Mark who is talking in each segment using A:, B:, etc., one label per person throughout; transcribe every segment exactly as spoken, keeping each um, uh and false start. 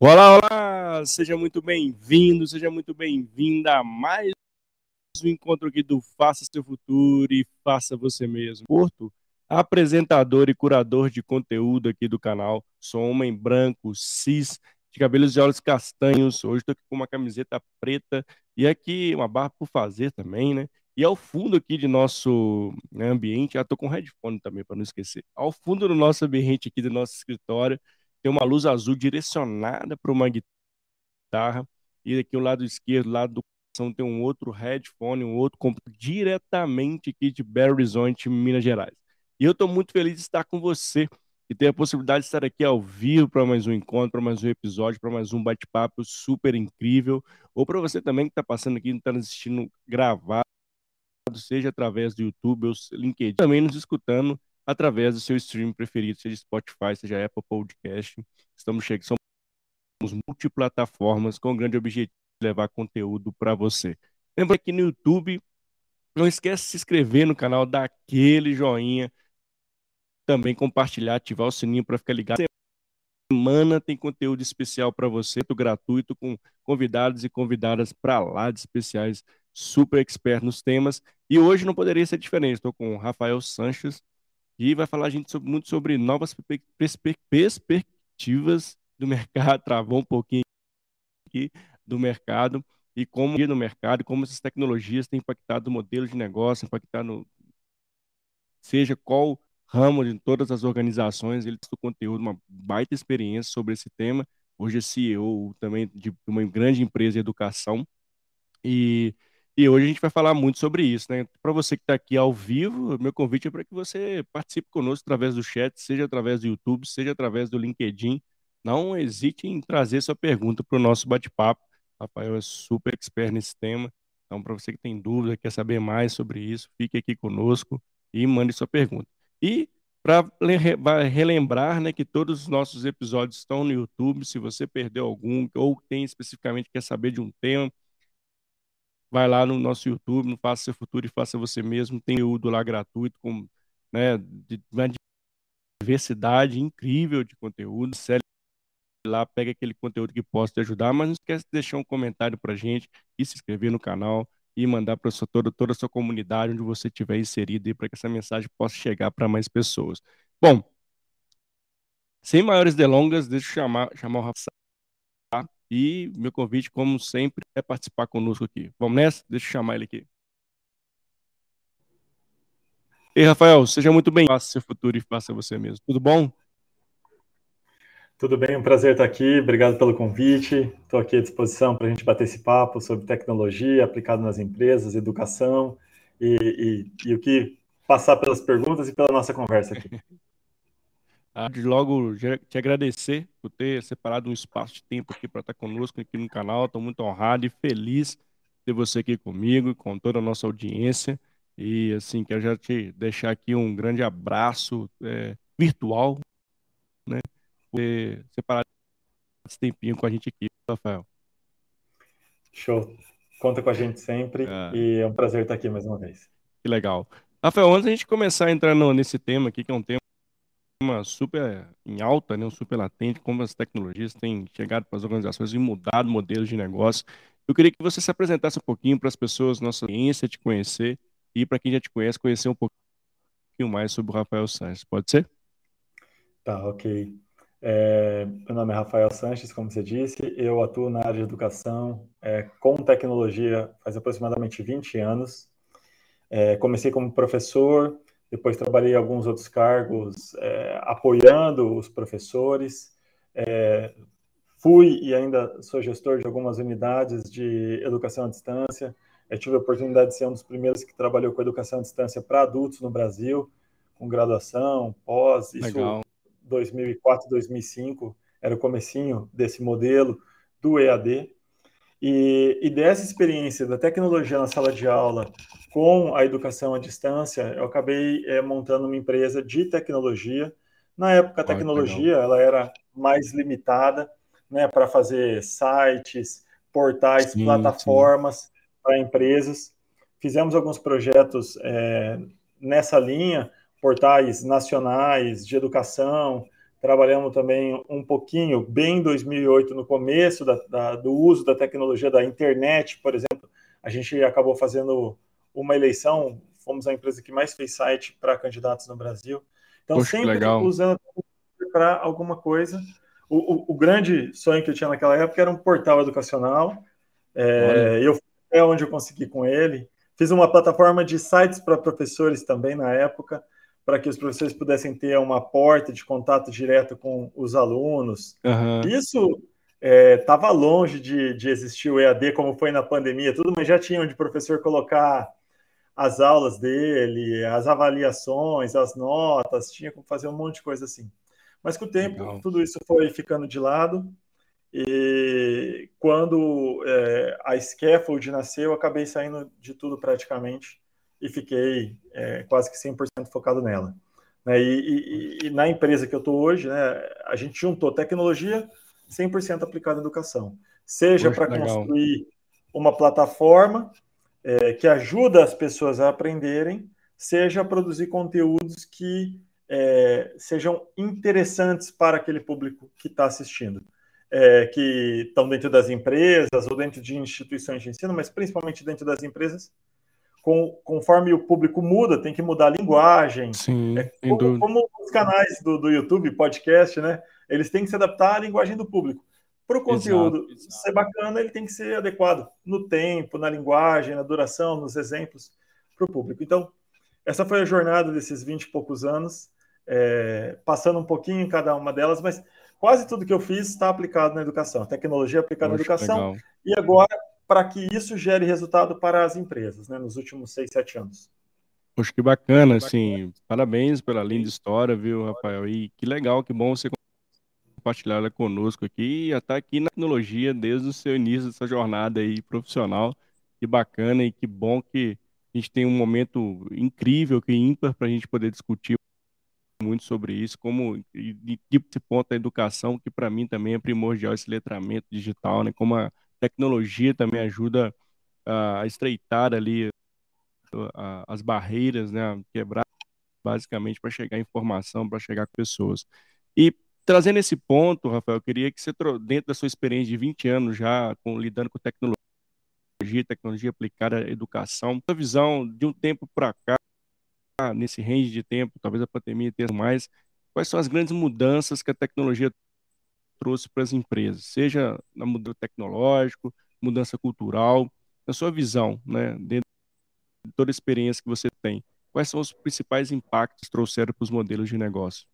A: Olá, olá! Seja muito bem-vindo, seja muito bem-vinda a mais um encontro aqui do Faça Seu Futuro e Faça Você Mesmo. Porto, apresentador e curador de conteúdo aqui do canal. Sou homem branco, cis, de cabelos e olhos castanhos. Hoje estou aqui com uma camiseta preta e aqui uma barba por fazer também, né? E ao fundo aqui de nosso, né, ambiente, ah, tô com headphone também, para não esquecer. Ao fundo do nosso ambiente aqui do nosso escritório, tem uma luz azul direcionada para uma guitarra. E aqui o lado esquerdo, lado do coração, tem um outro headphone, um outro computador diretamente aqui de Belo Horizonte, Minas Gerais. E eu estou muito feliz de estar com você e ter a possibilidade de estar aqui ao vivo para mais um encontro, para mais um episódio, para mais um bate-papo super incrível. Ou para você também que está passando aqui, está assistindo gravado, seja através do YouTube ou LinkedIn, também nos escutando através do seu stream preferido, seja Spotify, seja Apple Podcast. Estamos chegando, somos multiplataformas com o grande objetivo de levar conteúdo para você. Lembra que no YouTube, não esquece de se inscrever no canal, dar aquele joinha, também compartilhar, ativar o sininho para ficar ligado. Semana tem conteúdo especial para você, gratuito, com convidados e convidadas para lá de especiais, super expert nos temas. E hoje não poderia ser diferente. Estou com o Rafael Sanches e vai falar a gente sobre, muito sobre novas perspe perspectivas do mercado. Travou um pouquinho aqui do mercado e como no mercado, como essas tecnologias têm impactado o modelo de negócio, impactado seja qual ramo de todas as organizações. Ele tem conteúdo, uma baita experiência sobre esse tema. Hoje é C E O também de uma grande empresa de educação. E, e hoje a gente vai falar muito sobre isso, né? Para você que está aqui ao vivo, meu convite é para que você participe conosco através do chat, seja através do YouTube, seja através do LinkedIn. Não hesite em trazer sua pergunta para o nosso bate-papo. Rafael é super expert nesse tema. Então, para você que tem dúvida, quer saber mais sobre isso, fique aqui conosco e mande sua pergunta. E para relembrar, né, que todos os nossos episódios estão no YouTube. Se você perdeu algum ou tem especificamente quer saber de um tema, vai lá no nosso YouTube, no Faça Seu Futuro e Faça Você Mesmo. Tem conteúdo lá gratuito, com, né, de uma diversidade incrível de conteúdo. Série lá, pega aquele conteúdo que possa te ajudar, mas não esquece de deixar um comentário pra gente e se inscrever no canal e mandar para toda, toda a sua comunidade onde você estiver inserido para que essa mensagem possa chegar para mais pessoas. Bom, sem maiores delongas, deixa eu chamar, chamar o Rafael. E meu convite, como sempre, é participar conosco aqui. Vamos nessa? Deixa eu chamar ele aqui. Ei, Rafael, seja muito bem. Faça seu futuro e faça você mesmo. Tudo bom?
B: Tudo bem, um prazer estar aqui. Obrigado pelo convite. Estou aqui à disposição para a gente bater esse papo sobre tecnologia aplicada nas empresas, educação e, e, e o que passar pelas perguntas e pela nossa conversa aqui.
A: Ah, de logo te agradecer por ter separado um espaço de tempo aqui para estar conosco aqui no canal. Estou muito honrado e feliz de ter você aqui comigo, com toda a nossa audiência. E assim, quero já te deixar aqui um grande abraço é, virtual, né? Por ter separado esse tempinho com a gente aqui, Rafael.
B: Show. Conta com a gente sempre
A: Ah,
B: e é um prazer estar aqui mais uma vez.
A: que legal. Rafael, antes da gente começar a entrar no, nesse tema aqui, que é um tema super em alta, né, um super latente, como as tecnologias têm chegado para as organizações e mudado modelos de negócio. Eu queria que você se apresentasse um pouquinho para as pessoas, nossa audiência, te conhecer, e para quem já te conhece, conhecer um pouquinho mais sobre o Rafael Sanches. Pode ser?
B: Tá, ok. É, meu nome é Rafael Sanches, como você disse, eu atuo na área de educação é, com tecnologia faz aproximadamente vinte anos. É, comecei como professor, depois trabalhei em alguns outros cargos é, apoiando os professores. É, fui e ainda sou gestor de algumas unidades de educação à distância. Eu tive a oportunidade de ser um dos primeiros que trabalhou com educação à distância para adultos no Brasil, com graduação, pós, isso
A: Legal.
B: dois mil e quatro, dois mil e cinco, era o comecinho desse modelo do E A D. E, e dessa experiência da tecnologia na sala de aula com a educação à distância, eu acabei é, montando uma empresa de tecnologia. Na época, a
A: Ó, que legal.
B: tecnologia ela era mais limitada, né, para fazer sites, portais,
A: Sim, sim.
B: plataformas para empresas. Fizemos alguns projetos é, nessa linha, portais nacionais de educação, trabalhamos também um pouquinho, bem em dois mil e oito, no começo da, da, do uso da tecnologia da internet, por exemplo. A gente acabou fazendo uma eleição, fomos a empresa que mais fez site para candidatos no Brasil. Então,
A: Poxa, que
B: sempre
A: legal.
B: usando para alguma coisa. O, o, o grande sonho que eu tinha naquela época era um portal educacional. É, eu fui até onde eu consegui com ele. Fiz uma plataforma de sites para professores também na época, para que os professores pudessem ter uma porta de contato direto com os alunos.
A: Uhum.
B: Isso estava é, longe de, de existir o E A D, como foi na pandemia, tudo, mas já tinha onde o professor colocar as aulas dele, as avaliações, as notas, tinha como fazer um monte de coisa assim. Mas com o tempo,
A: Legal.
B: tudo isso foi ficando de lado. E quando é, a Scaffold nasceu, eu acabei saindo de tudo praticamente e fiquei é, quase que cem por cento focado nela. Né? E, e, e na empresa que eu estou hoje, né, a gente juntou tecnologia cem por cento aplicada à educação. Seja para construir uma plataforma é, que ajuda as pessoas a aprenderem, seja produzir conteúdos que é, sejam interessantes para aquele público que está assistindo. É, que estão dentro das empresas ou dentro de instituições de ensino, mas principalmente dentro das empresas, com, conforme o público muda, tem que mudar a linguagem.
A: Sim,
B: é, como, como os canais do, do YouTube, podcast, né? Eles têm que se adaptar à linguagem do público. Para o conteúdo Exato. ser bacana, ele tem que ser adequado no tempo, na linguagem, na duração, nos exemplos para o público. Então, essa foi a jornada desses vinte e poucos anos, é, passando um pouquinho em cada uma delas, mas quase tudo que eu fiz está aplicado na educação, tecnologia aplicada na educação, legal. E agora para que isso gere resultado para as empresas, né, nos últimos seis, sete anos.
A: Poxa, que bacana, assim, parabéns pela linda história, viu, Rafael, e que legal, que bom você compartilhar ela conosco aqui, e estar aqui na tecnologia desde o seu início dessa jornada aí profissional, que bacana e que bom que a gente tem um momento incrível, que ímpar para a gente poder discutir muito sobre isso, como e, e esse ponto da educação, que para mim também é primordial, esse letramento digital, né? Como a tecnologia também ajuda a estreitar ali a, as barreiras, né? Quebrar basicamente para chegar informação, para chegar com pessoas. E trazendo esse ponto, Rafael, eu queria que você, dentro da sua experiência de vinte anos já com, lidando com tecnologia, tecnologia aplicada à educação, sua visão de um tempo para cá, nesse range de tempo, talvez a pandemia tenha mais, quais são as grandes mudanças que a tecnologia trouxe para as empresas, seja na mudança tecnológica, mudança cultural, na sua visão, né, dentro de toda a experiência que você tem, quais são os principais impactos que trouxeram para os modelos de negócio?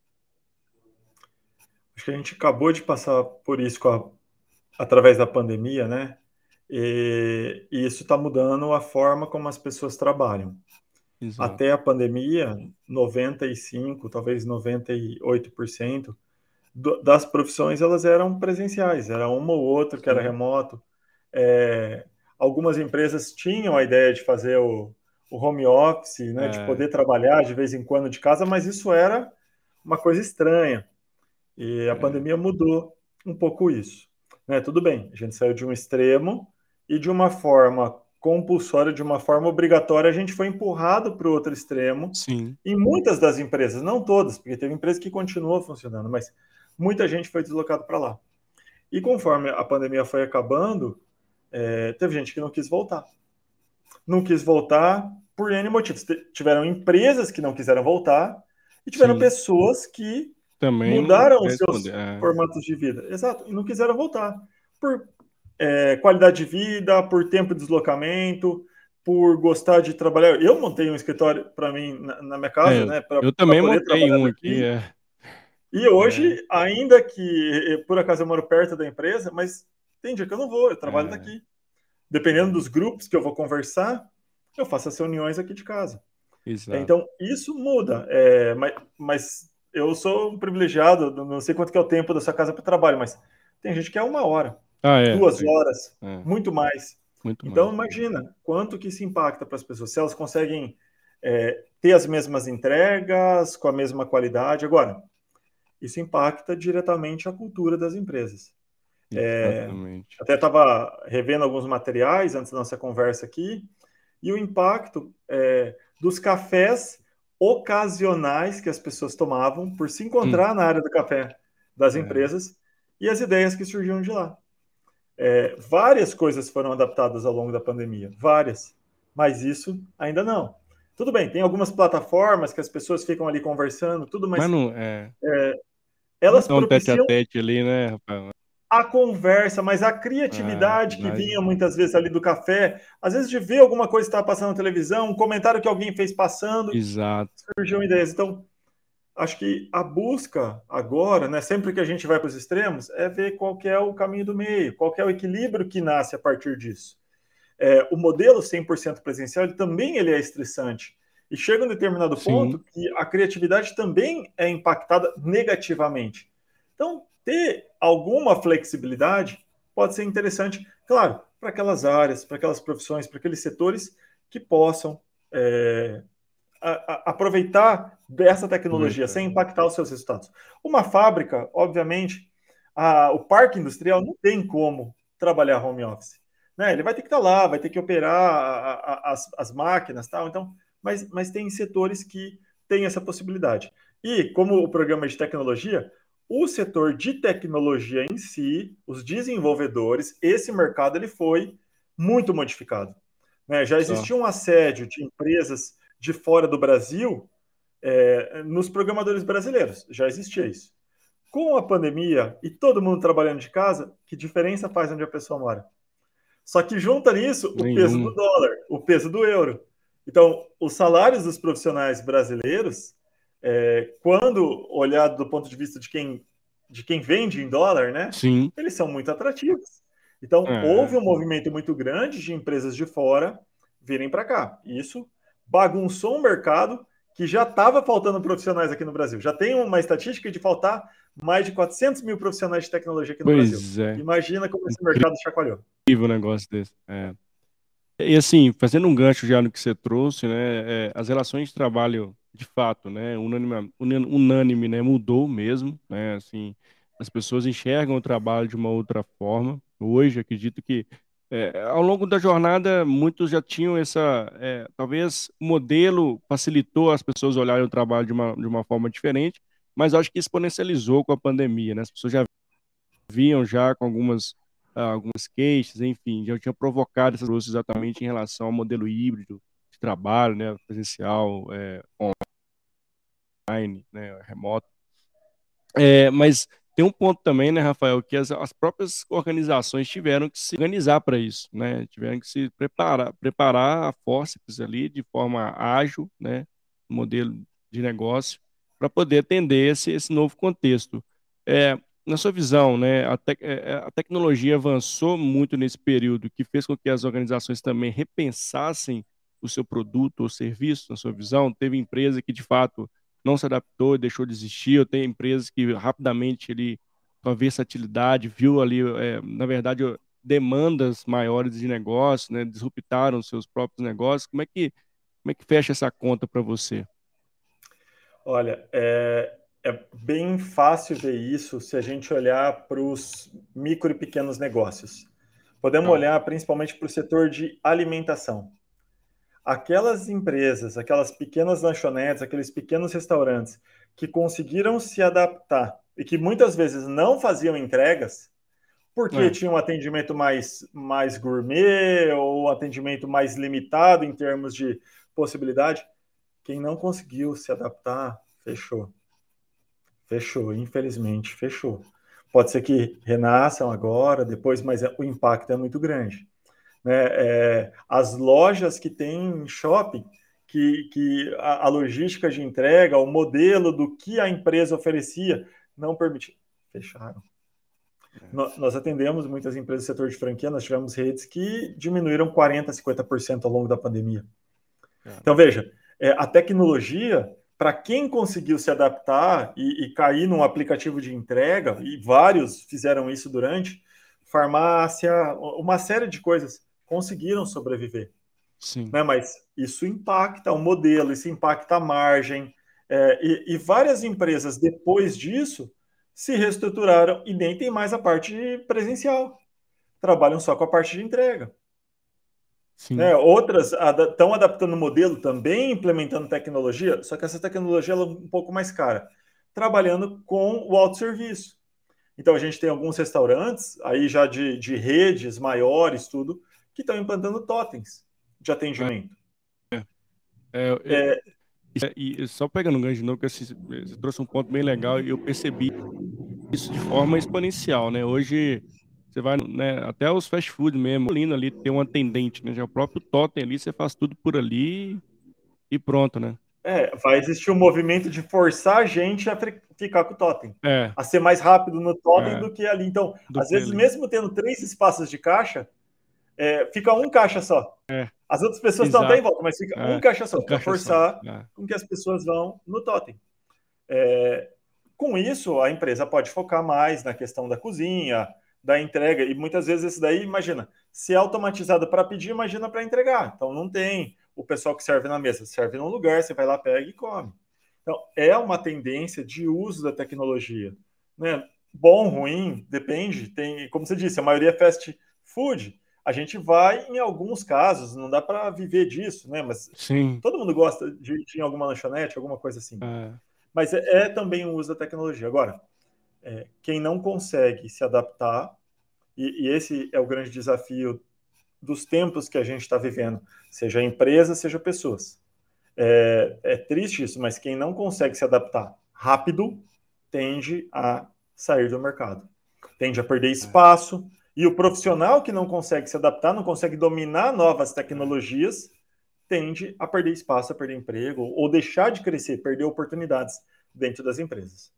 B: Acho que a gente acabou de passar por isso com a, através da pandemia, né? E, e isso está mudando a forma como as pessoas trabalham. Exato. Até a pandemia, noventa e cinco por cento, talvez noventa e oito por cento do, das profissões elas eram presenciais, era uma ou outra que Sim. era remoto. É, algumas empresas tinham a ideia de fazer o, o home office, né, é. de poder trabalhar de vez em quando de casa, mas isso era uma coisa estranha. E a é. pandemia mudou um pouco isso. Né? Tudo bem, a gente saiu de um extremo e de uma forma compulsória, de uma forma obrigatória, a gente foi empurrado para o outro extremo.
A: Sim.
B: Em muitas das empresas, não todas, porque teve empresa que continuou funcionando, mas muita gente foi deslocado para lá. E conforme a pandemia foi acabando, é, teve gente que não quis voltar. Não quis voltar por N motivos. Tiveram empresas que não quiseram voltar e tiveram Sim. pessoas que Também mudaram os seus é. formatos de vida. Exato, e não quiseram voltar. Por é, qualidade de vida, por tempo de deslocamento, por gostar de trabalhar. Eu montei um escritório para mim na, na minha casa,
A: é,
B: né? Pra,
A: eu também
B: poder
A: montei um
B: aqui.
A: aqui. É.
B: E hoje, é. ainda que, por acaso, eu moro perto da empresa, mas tem dia que eu não vou, eu trabalho é. daqui. Dependendo dos grupos que eu vou conversar, eu faço as reuniões aqui de casa. Exato. Então, isso muda. É, mas, mas eu sou um privilegiado, não sei quanto que é o tempo da sua casa para o trabalho, mas tem gente que é uma hora, ah, é, duas é. horas, é. muito mais. Muito então, mais. Imagina quanto que isso impacta para as pessoas. Se elas conseguem é, ter as mesmas entregas, com a mesma qualidade. Agora, isso impacta diretamente a cultura das empresas. É, até estava revendo alguns materiais antes da nossa conversa aqui, e o impacto é, dos cafés ocasionais que as pessoas tomavam por se encontrar hum. na área do café das empresas é. e as ideias que surgiam de lá. É, várias coisas foram adaptadas ao longo da pandemia, várias, mas isso ainda não. Tudo bem, tem algumas plataformas que as pessoas ficam ali conversando, tudo, mas,
A: mas não, é...
B: É, elas
A: não
B: propiciam
A: tete a tete ali, né, Rafael?
B: A conversa, mas a criatividade é, que vinha muitas vezes ali do café, às vezes de ver alguma coisa que estava passando na televisão, um comentário que alguém fez passando,
A: Exato.
B: surgiam ideias. Então, acho que a busca agora, né, sempre que a gente vai para os extremos, é ver qual que é o caminho do meio, qual que é o equilíbrio que nasce a partir disso. É, o modelo cem por cento presencial ele também ele é estressante. E chega um determinado Sim. ponto que a criatividade também é impactada negativamente. Então, ter alguma flexibilidade pode ser interessante, claro, para aquelas áreas, para aquelas profissões, para aqueles setores que possam é, a, a, aproveitar dessa tecnologia sem impactar os seus resultados. Uma fábrica, obviamente, a, o parque industrial não tem como trabalhar home office. Né? Ele vai ter que estar lá, vai ter que operar a, a, as, as máquinas, tal. Então, mas, mas tem setores que têm essa possibilidade. E como o programa é de tecnologia, o setor de tecnologia em si, os desenvolvedores, esse mercado ele foi muito modificado. Né? Já existia um assédio de empresas de fora do Brasil é, nos programadores brasileiros, já existia isso. Com a pandemia e todo mundo trabalhando de casa, que diferença faz onde a pessoa mora? Só que junta nisso o Nenhum. peso do dólar, o peso do euro. Então, os salários dos profissionais brasileiros, é, quando olhado do ponto de vista de quem, de quem vende em dólar, né?
A: Sim.
B: Eles são muito atrativos. Então, é. houve um movimento muito grande de empresas de fora virem para cá. Isso bagunçou um mercado que já estava faltando profissionais aqui no Brasil. Já tem uma estatística de faltar mais de quatrocentos mil profissionais de tecnologia aqui no
A: pois
B: Brasil.
A: É.
B: Imagina como esse mercado chacoalhou.
A: Um negócio desse. É. E assim, fazendo um gancho já no que você trouxe, né, é, as relações de trabalho, de fato, né, unânime, unânime, né, mudou mesmo, né, assim, as pessoas enxergam o trabalho de uma outra forma. Hoje, acredito que é, ao longo da jornada, muitos já tinham essa, é, talvez o modelo facilitou as pessoas olharem o trabalho de uma, de uma forma diferente, mas acho que exponencializou com a pandemia, né, as pessoas já vinham já com algumas algumas queixas, enfim, já tinha provocado essas coisas exatamente em relação ao modelo híbrido de trabalho, né, presencial, é, online, né, remoto. É, mas tem um ponto também, né, Rafael, que as, as próprias organizações tiveram que se organizar para isso, né, tiveram que se preparar, preparar a fórceps ali de forma ágil, né, modelo de negócio, para poder atender esse, esse novo contexto. É, na sua visão, né, a, te, a tecnologia avançou muito nesse período, que fez com que as organizações também repensassem o seu produto ou serviço, na sua visão? Teve empresa que, de fato, não se adaptou, deixou de existir, ou tem empresas que rapidamente, ele, com a versatilidade, viu ali, é, na verdade, demandas maiores de negócio, né, disruptaram seus próprios negócios. Como é que, como é que fecha essa conta para você?
B: Olha, é, é bem fácil ver isso se a gente olhar para os micro e pequenos negócios. Podemos ah. olhar principalmente para o setor de alimentação. Aquelas empresas, aquelas pequenas lanchonetes, aqueles pequenos restaurantes que conseguiram se adaptar e que muitas vezes não faziam entregas, porque é. tinham um atendimento mais, mais gourmet ou um atendimento mais limitado em termos de possibilidade, quem não conseguiu se adaptar, fechou. Fechou, infelizmente, fechou. Pode ser que renasçam agora, depois, mas o impacto é muito grande. Né? É, as lojas que têm shopping, que, que a, a logística de entrega, o modelo do que a empresa oferecia, não permitiu. Fecharam. É. No, nós atendemos muitas empresas do setor de franquia, nós tivemos redes que diminuíram quarenta por cento, cinquenta por cento ao longo da pandemia. É. Então, veja, é, a tecnologia, para quem conseguiu se adaptar e, e cair num aplicativo de entrega, e vários fizeram isso durante, farmácia, uma série de coisas, conseguiram sobreviver.
A: Sim.
B: Né? Mas isso impacta o modelo, isso impacta a margem. É, e, e várias empresas, depois disso, se reestruturaram e nem tem mais a parte presencial. Trabalham só com a parte de entrega. Né?
A: Sim.
B: Outras estão adaptando o modelo, também implementando tecnologia, só que essa tecnologia ela é um pouco mais cara, trabalhando com o autosserviço. Então a gente tem alguns restaurantes, aí já de, de redes maiores, tudo, que estão implantando totens de atendimento.
A: É, é,
B: É,
A: é, e só pegando um gancho de novo, que assim, você trouxe um ponto bem legal e eu percebi isso de forma exponencial, né? Hoje você vai, né, até os fast food mesmo, lindo ali, tem um atendente, né? Já o próprio totem ali, você faz tudo por ali e pronto, né?
B: é, vai existir um movimento de forçar a gente a ficar com o totem,
A: É,
B: a ser mais rápido no totem
A: é,
B: do que ali. Então,
A: do
B: às
A: que
B: vezes,
A: ali.
B: mesmo tendo três espaços de caixa, é, fica um caixa só.
A: É,
B: As outras pessoas estão até em
A: exato.
B: volta, mas fica um
A: É,
B: caixa só,
A: um
B: para
A: caixa só.
B: forçar
A: É,
B: com que as pessoas vão no totem. É, com isso, a empresa pode focar mais na questão da cozinha, da entrega, e muitas vezes isso daí, imagina, se é automatizado para pedir, imagina para entregar. Então não tem o pessoal que serve na mesa, serve num lugar, você vai lá, pega e come. Então é uma tendência de uso da tecnologia. Né? Bom, ruim, depende. Tem, como você disse, a maioria é fast food. A gente vai em alguns casos, não dá para viver disso, né? Mas
A: sim.
B: todo mundo gosta de ir em alguma lanchonete, alguma coisa assim.
A: É,
B: Mas é, é também o uso da tecnologia. Agora, é, quem não consegue se adaptar, e, e esse é o grande desafio dos tempos que a gente está vivendo, seja empresa, seja pessoas. É, é triste isso, mas quem não consegue se adaptar rápido tende a sair do mercado, tende a perder
A: é,
B: espaço. E o profissional que não consegue se adaptar, não consegue dominar novas
A: é.
B: tecnologias, tende a perder espaço, a perder emprego, ou deixar de crescer, perder oportunidades dentro das empresas.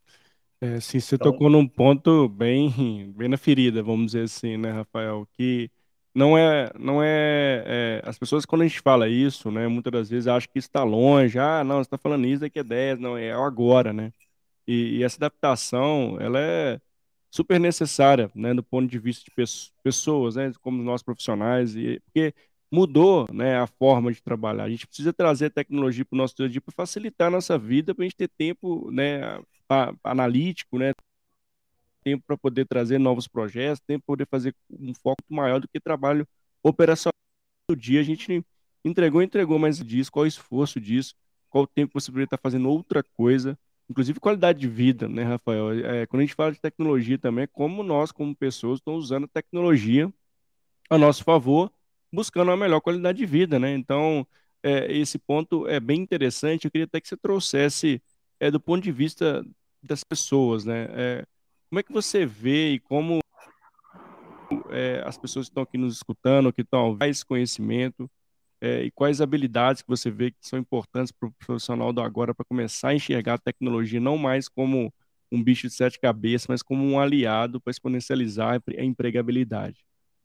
A: É, sim, você
B: Então,
A: tocou num ponto bem, bem na ferida, vamos dizer assim, né, Rafael? Que não é, não é, é, as pessoas quando a gente fala isso, né, muitas das vezes acham que está longe. Ah, não, você está falando isso daqui a dez, não, é agora, né? E, e essa adaptação, ela é super necessária, né, do ponto de vista de pes- pessoas, né, como nós profissionais, e porque mudou, né, a forma de trabalhar. A gente precisa trazer a tecnologia para o nosso dia a dia para facilitar a nossa vida, para a gente ter tempo, né, a- analítico, né, tempo para poder trazer novos projetos, tempo para poder fazer um foco maior do que trabalho operacional do dia. A gente entregou, entregou, mas diz qual o esforço disso, qual o tempo que você poderia estar fazendo outra coisa, inclusive qualidade de vida, né, Rafael? É, quando a gente fala de tecnologia também, é como nós, como pessoas, estamos usando a tecnologia a nosso favor, buscando uma melhor qualidade de vida, né? Então, é, esse ponto é bem interessante. Eu queria até que você trouxesse, é, do ponto de vista das pessoas, né? É, como é que você vê e como é, as pessoas que estão aqui nos escutando, que estão ao esse conhecimento, é, e quais habilidades que você vê que são importantes para o profissional do agora para começar a enxergar a tecnologia não mais como um bicho de sete cabeças, mas como um aliado para exponencializar a empregabilidade.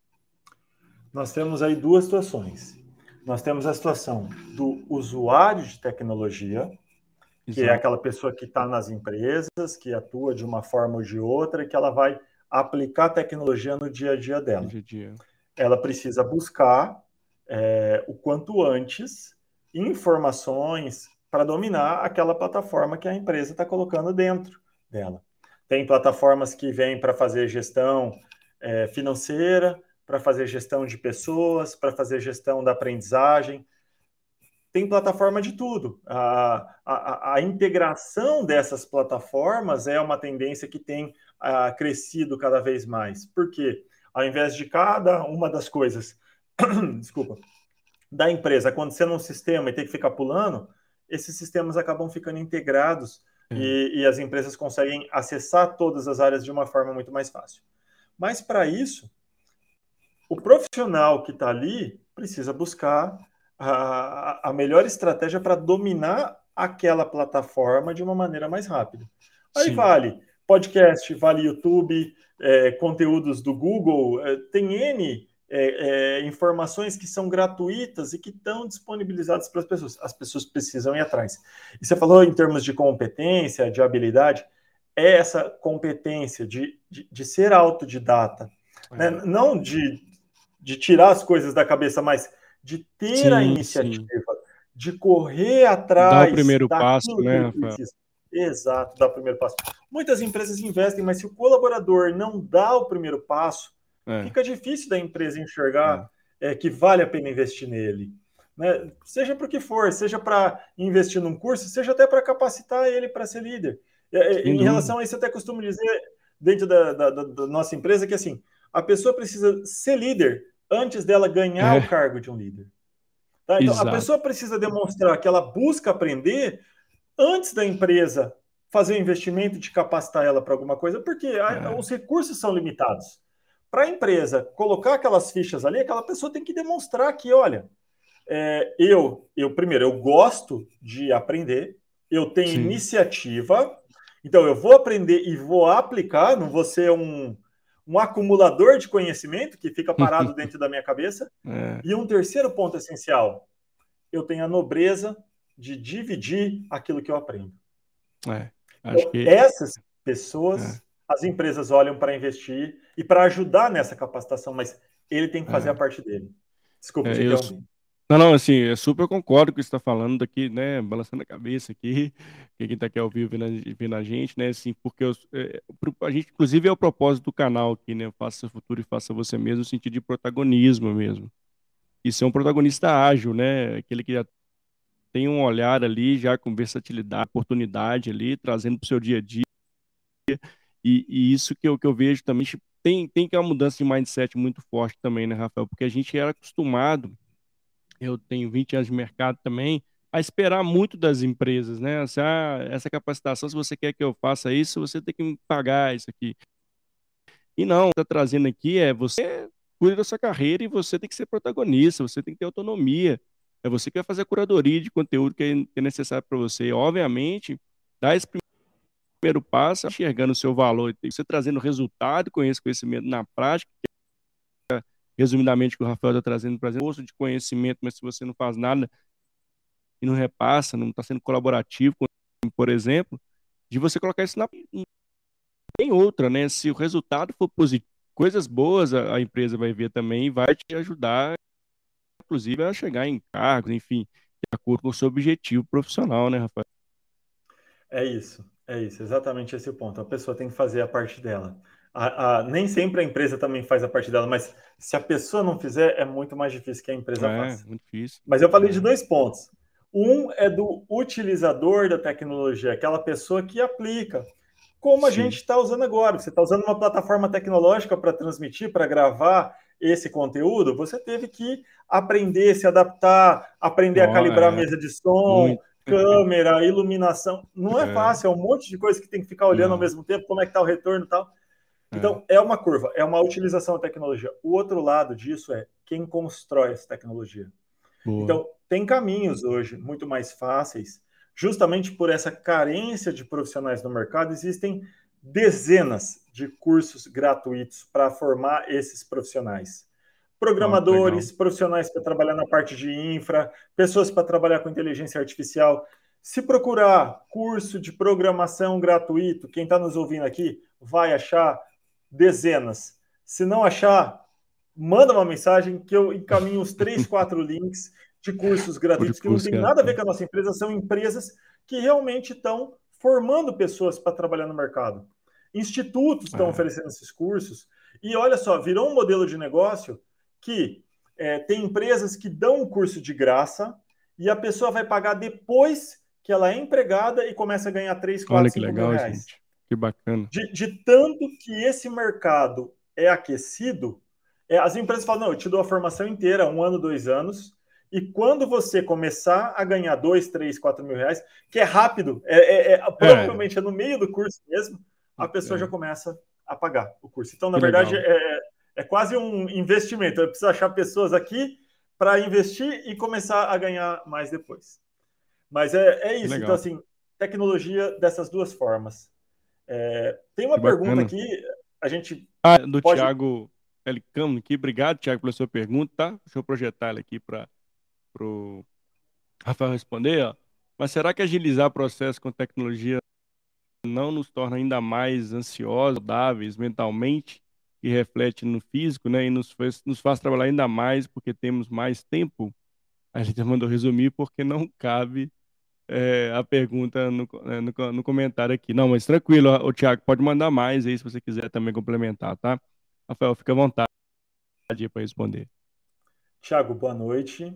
B: nós temos aí duas situações. Nós temos a situação do usuário de tecnologia, que é
A: Exato,
B: aquela pessoa que está nas empresas, que atua de uma forma ou de outra, e que ela vai aplicar a tecnologia no dia a dia
A: no
B: dela.
A: dia a dia.
B: Ela precisa buscar é, o quanto antes informações para dominar aquela plataforma que a empresa está colocando dentro dela. Tem plataformas que vêm para fazer gestão é, financeira, para fazer gestão de pessoas, para fazer gestão da aprendizagem. Tem plataforma de tudo. A, a, a integração dessas plataformas é uma tendência que tem a, crescido cada vez mais. Por quê? Ao invés de cada uma das coisas, desculpa, da empresa acontecer num sistema e ter que ficar pulando, esses sistemas acabam ficando integrados
A: É,
B: e, e as empresas conseguem acessar todas as áreas de uma forma muito mais fácil. Mas para isso, o profissional que está ali precisa buscar a, a melhor estratégia para dominar aquela plataforma de uma maneira mais rápida. Aí
A: sim,
B: vale podcast, vale YouTube, é, conteúdos do Google, é, tem N é, é, informações que são gratuitas e que estão disponibilizadas para as pessoas. As pessoas precisam ir atrás. E você falou em termos de competência, de habilidade, é essa competência de, de, de ser autodidata, né?
A: é.
B: Não de de tirar as coisas da cabeça, mas de ter a
A: Sim, sim.
B: iniciativa, de correr
A: Dá o
B: atrás
A: primeiro passo,
B: daquilo que
A: né,
B: ele
A: Rafael?
B: precisa. Exato, dar o primeiro passo. Muitas empresas investem, mas se o colaborador não dá o primeiro passo,
A: É,
B: fica difícil da empresa
A: é.
B: enxergar é, que vale a pena investir nele. Né? Seja para o que for, seja para investir num curso, seja até para capacitar ele para ser líder.
A: Sem
B: Em
A: dúvida.
B: relação a isso, eu até costumo dizer, dentro da, da, da nossa empresa, que assim, a pessoa precisa ser líder antes dela ganhar o
A: É,
B: cargo de um líder. Tá? Então, a
A: exato.
B: pessoa precisa demonstrar que ela busca aprender antes da empresa fazer o investimento de capacitar ela para alguma coisa, porque a,
A: É,
B: os recursos são limitados. Para a empresa colocar aquelas fichas ali, aquela pessoa tem que demonstrar que, olha, é, eu, eu primeiro, eu gosto de aprender, eu tenho
A: sim.
B: iniciativa, então eu vou aprender e vou aplicar, não vou ser um, um acumulador de conhecimento que fica parado dentro da minha cabeça.
A: É,
B: E um terceiro ponto essencial, eu tenho a nobreza de dividir aquilo que eu aprendo.
A: é. Acho
B: Então,
A: que
B: essas
A: é,
B: pessoas, as empresas olham para investir e para ajudar nessa capacitação, mas ele tem que fazer a
A: é,
B: parte dele. Desculpa te
A: é, eu,
B: interromper.
A: não, não, assim, eu super concordo com o que você está falando daqui, né, balançando a cabeça aqui, que quem está aqui ao vivo vendo a, vendo a gente, né, assim, porque eu, é, pro- a gente, inclusive, é o propósito do canal aqui, né, faça seu futuro e faça você mesmo, no sentido de protagonismo mesmo, e ser um protagonista ágil, né, aquele que já tem um olhar ali, já com versatilidade, oportunidade ali, trazendo para o seu dia a dia, e, e isso que eu, que eu vejo também, tipo, tem, tem que é uma mudança de mindset muito forte também, né, Rafael, porque a gente era acostumado, eu tenho vinte anos de mercado também, a esperar muito das empresas, né? Assim, ah, essa capacitação, se você quer que eu faça isso, você tem que me pagar isso aqui. E não, está trazendo aqui é você cuida da sua carreira e você tem que ser protagonista, você tem que ter autonomia. É você que vai fazer a curadoria de conteúdo que é que é necessário para você. Obviamente, dar esse primeiro passo, enxergando o seu valor, e você trazendo resultado com esse conhecimento na prática, resumidamente, que o Rafael está trazendo para o curso de conhecimento, mas se você não faz nada e não repassa, não está sendo colaborativo, por exemplo, de você colocar isso na tem outra, né? Se o resultado for positivo, coisas boas a, a empresa vai ver também e vai te ajudar, inclusive, a chegar em cargos, enfim, de acordo com o seu objetivo profissional, né, Rafael?
B: É isso, é isso, exatamente esse o ponto. A pessoa tem que fazer a parte dela. A, a- nem sempre a empresa também faz a parte dela, mas se a pessoa não fizer, é muito mais difícil que a empresa
A: É,
B: faça.
A: muito difícil.
B: Mas eu falei de
A: É,
B: dois pontos. Um é do utilizador da tecnologia, aquela pessoa que aplica, como a gente
A: sim.
B: está usando agora. Você está usando uma plataforma tecnológica para transmitir, para gravar esse conteúdo, você teve que aprender, se adaptar, aprender a
A: Ó,
B: calibrar a
A: é,
B: mesa de som,
A: muito.
B: câmera, iluminação. Não é
A: É,
B: fácil, é um monte de coisa que tem que ficar olhando ao
A: não.
B: mesmo tempo, como é que está o retorno e tal.
A: É,
B: Então, é uma curva, é uma utilização da tecnologia. O outro lado disso é quem constrói essa tecnologia.
A: boa.
B: Então, tem caminhos hoje muito mais fáceis, justamente por essa carência de profissionais no mercado, existem dezenas de cursos gratuitos para formar esses profissionais.
A: Ó, que legal.
B: Programadores, profissionais para trabalhar na parte de infra, pessoas para trabalhar com inteligência artificial. Se procurar curso de programação gratuito, quem está nos ouvindo aqui vai achar dezenas. Se não achar, manda uma mensagem que eu encaminho os três, quatro links de cursos
A: Ou de
B: gratuitos que não
A: curso
B: tem nada a ver
A: gratuito.
B: com a nossa empresa, são empresas que realmente estão formando pessoas para trabalhar no mercado. Institutos estão
A: É,
B: oferecendo esses cursos. E olha só, virou um modelo de negócio que é, tem empresas que dão um curso de graça e a pessoa vai pagar depois que ela é empregada e começa a ganhar três,
A: olha
B: quatro,
A: que
B: cinco mil
A: legal,
B: reais.
A: gente. Que bacana.
B: De, de tanto que esse mercado é aquecido, é, as empresas falam, não, eu te dou a formação inteira, um ano, dois anos, e quando você começar a ganhar dois, três, quatro mil reais, que é rápido, é, é, é,
A: É,
B: provavelmente é no meio do curso mesmo, a pessoa já
A: é,
B: começa a pagar o curso. Então, na
A: que
B: verdade,
A: legal.
B: é, é quase um investimento. Eu preciso achar pessoas aqui para investir e começar a ganhar mais depois. Mas é, é
A: Que
B: isso. Então,
A: legal.
B: assim, tecnologia dessas duas formas. É, tem uma
A: Que
B: pergunta
A: bacana.
B: aqui, a gente
A: Ah, do
B: pode.
A: Thiago Elicamo aqui. Obrigado, Thiago, pela sua pergunta, tá? Deixa eu projetar ela aqui para o Rafael responder, ó. Mas será que agilizar o processo com tecnologia não nos torna ainda mais ansiosos, saudáveis mentalmente, e reflete no físico, né? E nos faz, nos faz trabalhar ainda mais porque temos mais tempo? A gente mandou resumir porque não cabe é, a pergunta no, é, no, no comentário aqui. Não, mas tranquilo, o Thiago, pode mandar mais aí se você quiser também complementar, tá? Rafael, fica à vontade para responder.
B: Tiago, boa noite.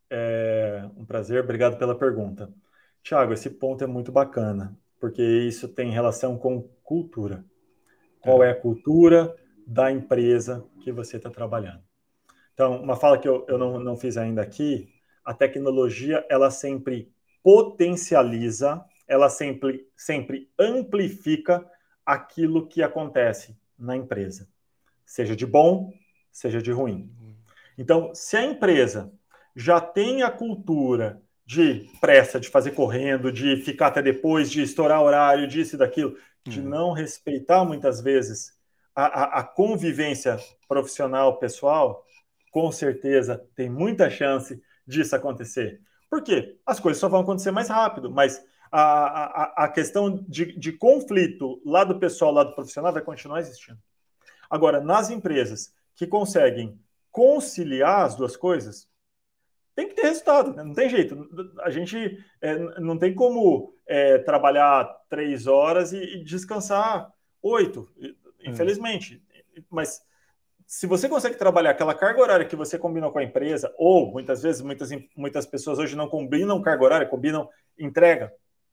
B: É um prazer, obrigado pela pergunta. Tiago, esse ponto é muito bacana, porque isso tem relação com cultura. Qual
A: É.
B: é a cultura da empresa que você está trabalhando? Então, uma fala que eu, eu não, não fiz ainda aqui, a tecnologia, ela sempre potencializa, ela sempre, sempre amplifica aquilo que acontece na empresa, seja de bom, seja de ruim. Então, se a empresa já tem a cultura de pressa, de fazer correndo, de ficar até depois, de estourar horário, disso e daquilo, de
A: É.
B: não respeitar muitas vezes a, a, a convivência profissional, pessoal, com certeza tem muita chance disso acontecer. Por quê? As coisas só vão acontecer mais rápido, mas a, a, a questão de, de conflito lá do pessoal, lá do profissional, vai continuar existindo. Agora, nas empresas que conseguem conciliar as duas coisas, tem que ter resultado, né? Não tem jeito. A gente é, não tem como é, trabalhar três horas e, e descansar oito,
A: É.
B: infelizmente. Mas se você consegue trabalhar aquela carga horária que você combinou com a empresa, ou muitas vezes, muitas, muitas pessoas hoje não combinam carga horária, combinam entrega,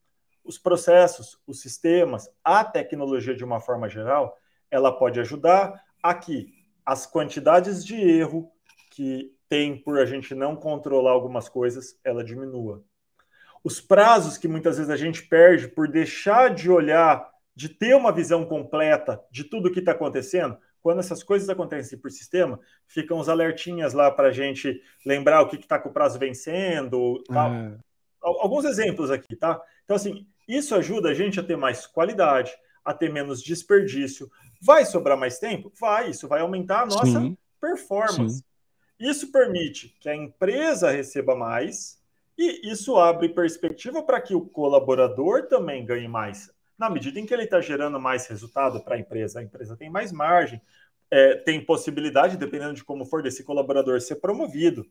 B: os processos, os sistemas, a tecnologia de uma forma geral, ela pode ajudar a que as quantidades de erro que tem por a gente não controlar algumas coisas, ela diminua. Os prazos que muitas vezes a gente perde por deixar de olhar, de ter uma visão completa de tudo que está acontecendo, quando essas coisas acontecem por sistema, ficam os alertinhas lá para a gente lembrar o que está com o prazo vencendo, tal.
A: É.
B: Alguns exemplos aqui, tá? Então, assim, isso ajuda a gente a ter mais qualidade, a ter menos desperdício. Vai sobrar mais tempo? Vai, isso vai aumentar a nossa
A: Sim, sim.
B: performance. Isso permite que a empresa receba mais e isso abre perspectiva para que o colaborador também ganhe mais. Na medida em que ele está gerando mais resultado para a empresa, a empresa tem mais margem, é, tem possibilidade, dependendo de como for, desse colaborador ser promovido.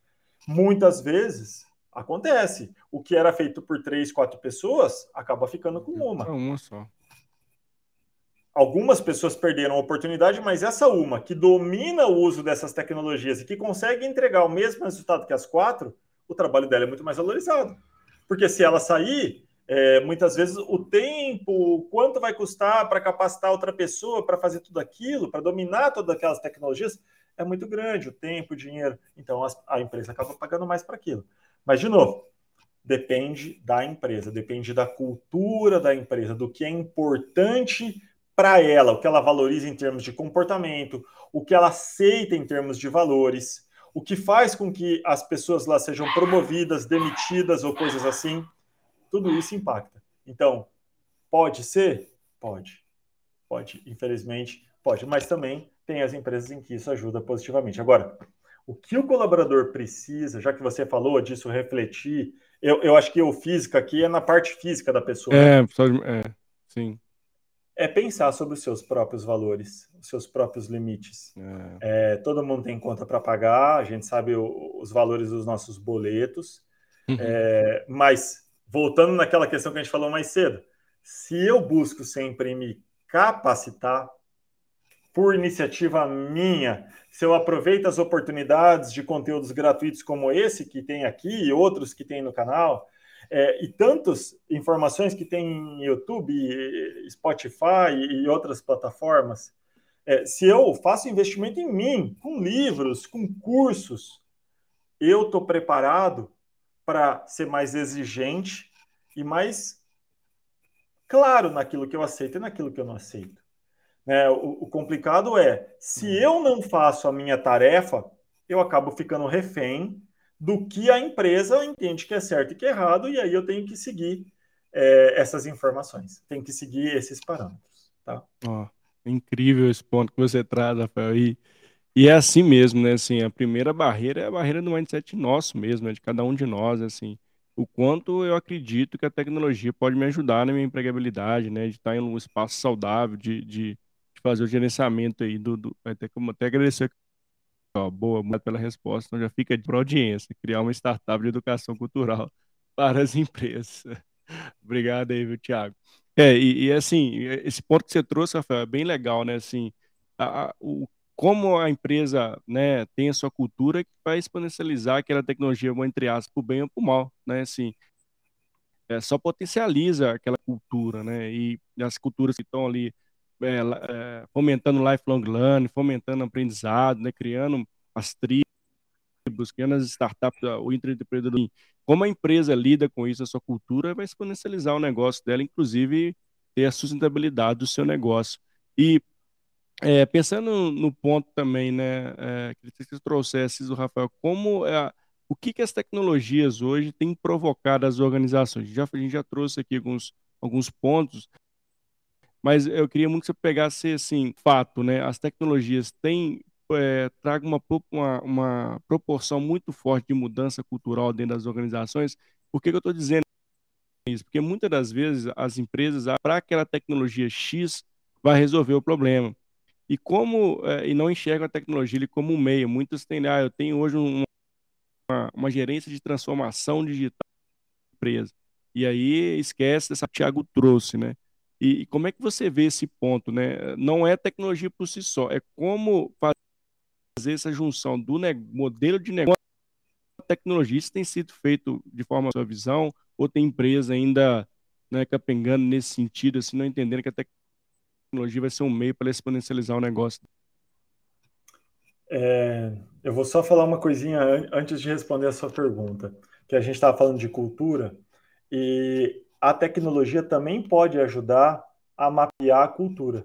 B: Muitas vezes acontece. O que era feito por três, quatro pessoas acaba ficando com
A: É
B: uma.
A: uma só.
B: Algumas pessoas perderam a oportunidade, mas essa uma que domina o uso dessas tecnologias e que consegue entregar o mesmo resultado que as quatro, o trabalho dela é muito mais valorizado. Porque se ela sair, é, muitas vezes o tempo, quanto vai custar para capacitar outra pessoa para fazer tudo aquilo, para dominar todas aquelas tecnologias, é muito grande, o tempo, o dinheiro. Então a, a empresa acaba pagando mais para aquilo. Mas, de novo, depende da empresa, depende da cultura da empresa, do que é importante para ela, o que ela valoriza em termos de comportamento, o que ela aceita em termos de valores, o que faz com que as pessoas lá sejam promovidas, demitidas ou coisas assim. Tudo isso impacta. Então, pode ser? Pode. Pode. Infelizmente, pode. Mas também tem as empresas em que isso ajuda positivamente. Agora, o que o colaborador precisa, já que você falou disso, refletir, eu, eu acho que o física aqui é na parte física da pessoa, né?
A: É, só de- é, sim.
B: É pensar sobre os seus próprios valores, os seus próprios limites.
A: É.
B: É, todo mundo tem conta para pagar, a gente sabe o, os valores dos nossos boletos, é, mas voltando naquela questão que a gente falou mais cedo, se eu busco sempre me capacitar por iniciativa minha, se eu aproveito as oportunidades de conteúdos gratuitos como esse que tem aqui e outros que tem no canal, é, e tantas informações que tem em YouTube, Spotify e outras plataformas, é, se eu faço investimento em mim, com livros, com cursos, eu estou preparado para ser mais exigente e mais claro naquilo que eu aceito e naquilo que eu não aceito. Né? O, o complicado é, se eu não faço a minha tarefa, eu acabo ficando refém do que a empresa entende que é certo e que é errado, e aí eu tenho que seguir é, essas informações, tenho que seguir esses parâmetros. Tá?
A: Ó, incrível esse ponto que você traz, Rafael. E, e é assim mesmo, né? Assim, a primeira barreira é a barreira do mindset nosso mesmo, né? De cada um de nós, assim. O quanto eu acredito que a tecnologia pode me ajudar na minha empregabilidade, né? De estar em um espaço saudável, de, de, de fazer o gerenciamento aí do, do... Até como até agradecer, ó, boa, muito pela resposta. Então já fica para audiência, criar uma startup de educação cultural para as empresas. Obrigado aí, viu, Thiago? É, e, e, assim, esse ponto que você trouxe, Rafael, é bem legal, né? Assim, a, a- o como a empresa, né, tem a sua cultura que vai exponencializar aquela tecnologia, entre aspas, para o bem ou para o mal, né? Assim, é, só potencializa aquela cultura, né? E as culturas que estão ali é, la- é, fomentando lifelong learning, fomentando aprendizado, né? Criando as tribos, criando as startups, o intraempreendedorismo. Como a empresa lida com isso, a sua cultura, vai exponencializar o negócio dela, inclusive ter a sustentabilidade do seu negócio. E é, pensando no ponto também, né, é, queria que você trouxesse, o Rafael, como é, a- o que que as tecnologias hoje têm provocado as organizações? Já, a gente já trouxe aqui alguns, alguns pontos, mas eu queria muito que você pegasse, assim, fato, né, as tecnologias têm, é, tragam uma, pro- uma, uma proporção muito forte de mudança cultural dentro das organizações. Por que que eu estou dizendo isso? Porque muitas das vezes as empresas, para aquela tecnologia X, vai resolver o problema. E como eh, e não enxergam a tecnologia ele como um meio. Muitos têm, ah, eu tenho hoje um- uma, uma gerência de transformação digital da empresa. E aí esquece dessa que o Thiago trouxe, né? E, e como é que você vê esse ponto, né? Não é tecnologia por si só, é como fazer essa junção do ne- modelo de negócio com a tecnologia. Isso tem sido feito de forma, a sua visão, ou tem empresa ainda, né, capengando nesse sentido, assim, não entendendo que a tecnologia vai ser um meio para exponencializar o negócio.
B: É, eu vou só falar uma coisinha an- antes de responder a sua pergunta, que a gente estava falando de cultura e a tecnologia também pode ajudar a mapear a cultura.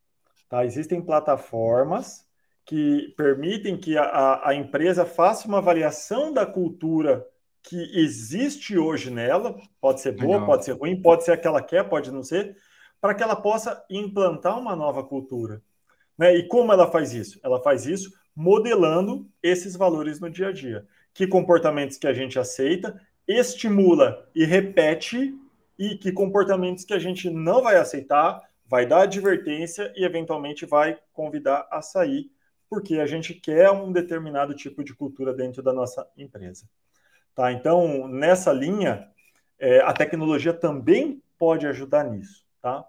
B: Tá? Existem plataformas que permitem que a, a, a empresa faça uma avaliação da cultura que existe hoje nela, pode ser boa,
A: Legal.
B: pode ser ruim, pode ser a que ela quer, pode não ser, para que ela possa implantar uma nova cultura. Né? E como ela faz isso? Ela faz isso modelando esses valores no dia a dia. Que comportamentos que a gente aceita, estimula e repete, e que comportamentos que a gente não vai aceitar, vai dar advertência e eventualmente vai convidar a sair, porque a gente quer um determinado tipo de cultura dentro da nossa empresa. Tá? Então, nessa linha, é, a tecnologia também pode ajudar nisso. Tá?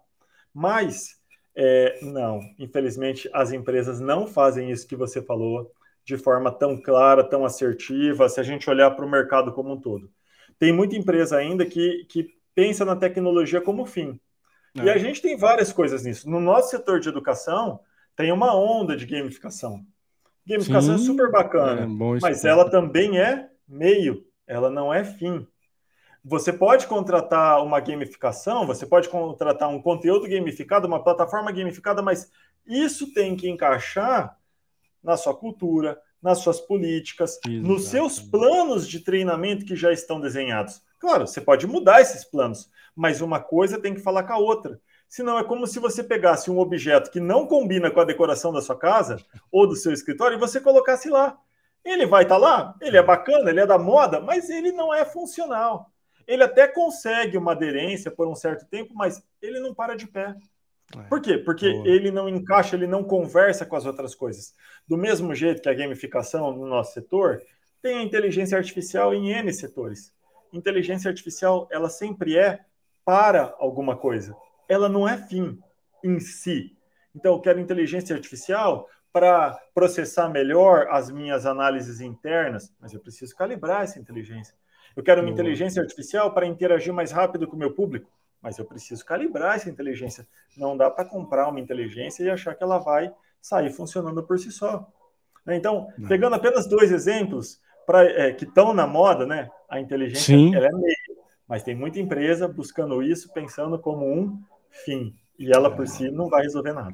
B: Mas, é, não, infelizmente, as empresas não fazem isso que você falou de forma tão clara, tão assertiva, se a gente olhar para o mercado como um todo. Tem muita empresa ainda que, que pensa na tecnologia como fim. E a
A: É.
B: gente tem várias coisas nisso. No nosso setor de educação, tem uma onda de gamificação. Gamificação é super
A: Sim, é
B: bacana,
A: bom esse
B: mas
A: ponto.
B: ela também é meio, ela não é fim. Você pode contratar uma gamificação, você pode contratar um conteúdo gamificado, uma plataforma gamificada, mas isso tem que encaixar na sua cultura, nas suas políticas, nos seus
A: Exatamente.
B: planos de treinamento que já estão desenhados. Claro, você pode mudar esses planos, mas uma coisa tem que falar com a outra. Senão é como se você pegasse um objeto que não combina com a decoração da sua casa ou do seu escritório e você colocasse lá. Ele vai estar lá, ele é
A: É,
B: bacana, ele é da moda, mas ele não é funcional. Ele até consegue uma aderência por um certo tempo, mas ele não para de pé. Por
A: é.
B: quê? Porque
A: Boa.
B: ele não encaixa, ele não conversa com as outras coisas. Do mesmo jeito que a gamificação no nosso setor, tem a inteligência artificial em N setores. Inteligência artificial, ela sempre é para alguma coisa. Ela não é fim em si. Então, eu quero inteligência artificial para processar melhor as minhas análises internas, mas eu preciso calibrar essa inteligência. Eu quero uma
A: Boa.
B: inteligência artificial para interagir mais rápido com o meu público, mas eu preciso calibrar essa inteligência. Não dá para comprar uma inteligência e achar que ela vai sair funcionando por si só. Então,
A: Não.
B: pegando apenas dois exemplos pra, é, que estão na moda, né? A inteligência
A: Sim.
B: ela é meio, mas tem muita empresa buscando isso, pensando como um fim. E ela por si não vai resolver nada.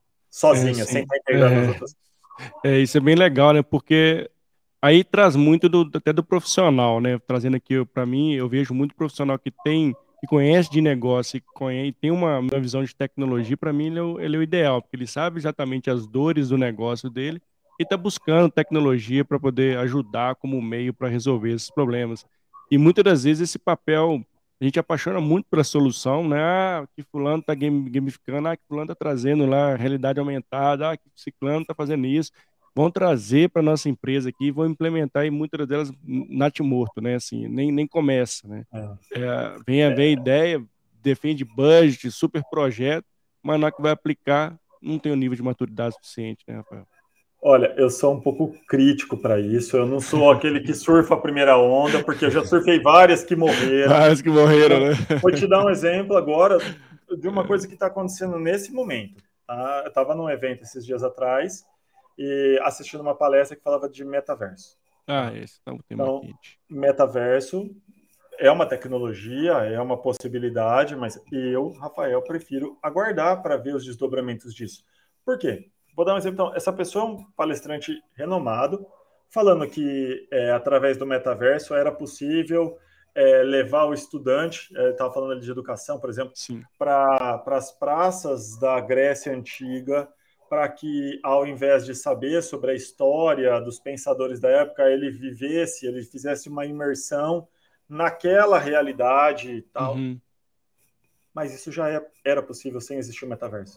A: É, é
B: Sozinha, sem
A: sim.
B: estar integrando as
A: É,
B: outras.
A: é, isso é bem legal, né? Porque aí traz muito do, até do profissional, né? Trazendo aqui para mim, eu vejo muito profissional que tem, que conhece de negócio e conhece, tem uma, uma visão de tecnologia, para mim ele é, o, ele é o ideal, porque ele sabe exatamente as dores do negócio dele e está buscando tecnologia para poder ajudar como meio para resolver esses problemas. E muitas das vezes esse papel, a gente apaixona muito pela solução, né? Ah, que fulano está gamificando, ah, que fulano está trazendo lá realidade aumentada, ah, que ciclano está fazendo isso, vão trazer para nossa empresa aqui e vão implementar e muitas delas natimorto, né? Assim, nem, nem começa, né?
B: É.
A: É, vem, a- vem a ideia, defende budget, super projeto, mas na hora que vai aplicar, não tem o nível de maturidade suficiente, né, Rafael?
B: Olha, eu sou um pouco crítico para isso. Eu não sou aquele que surfa a primeira onda, porque eu já surfei várias que morreram.
A: Vários que morreram,
B: Então,
A: né?
B: vou te dar um exemplo agora de uma coisa que está acontecendo nesse momento. Tá? Eu estava num evento esses dias atrás e assistindo uma palestra que falava de metaverso.
A: Ah,
B: Tá?
A: esse é o tema
B: Então,
A: quente.
B: metaverso é uma tecnologia, é uma possibilidade, mas eu, Rafael, prefiro aguardar para ver os desdobramentos disso. Por quê? Vou dar um exemplo. Então, essa pessoa é um palestrante renomado, falando que é, através do metaverso era possível é, levar o estudante, estava falando ali de educação, por exemplo,
A: Sim.
B: para as praças da Grécia Antiga, para que, ao invés de saber sobre a história dos pensadores da época, ele vivesse, ele fizesse uma imersão naquela realidade e tal.
A: Uhum.
B: Mas isso já é, era possível sem existir o metaverso.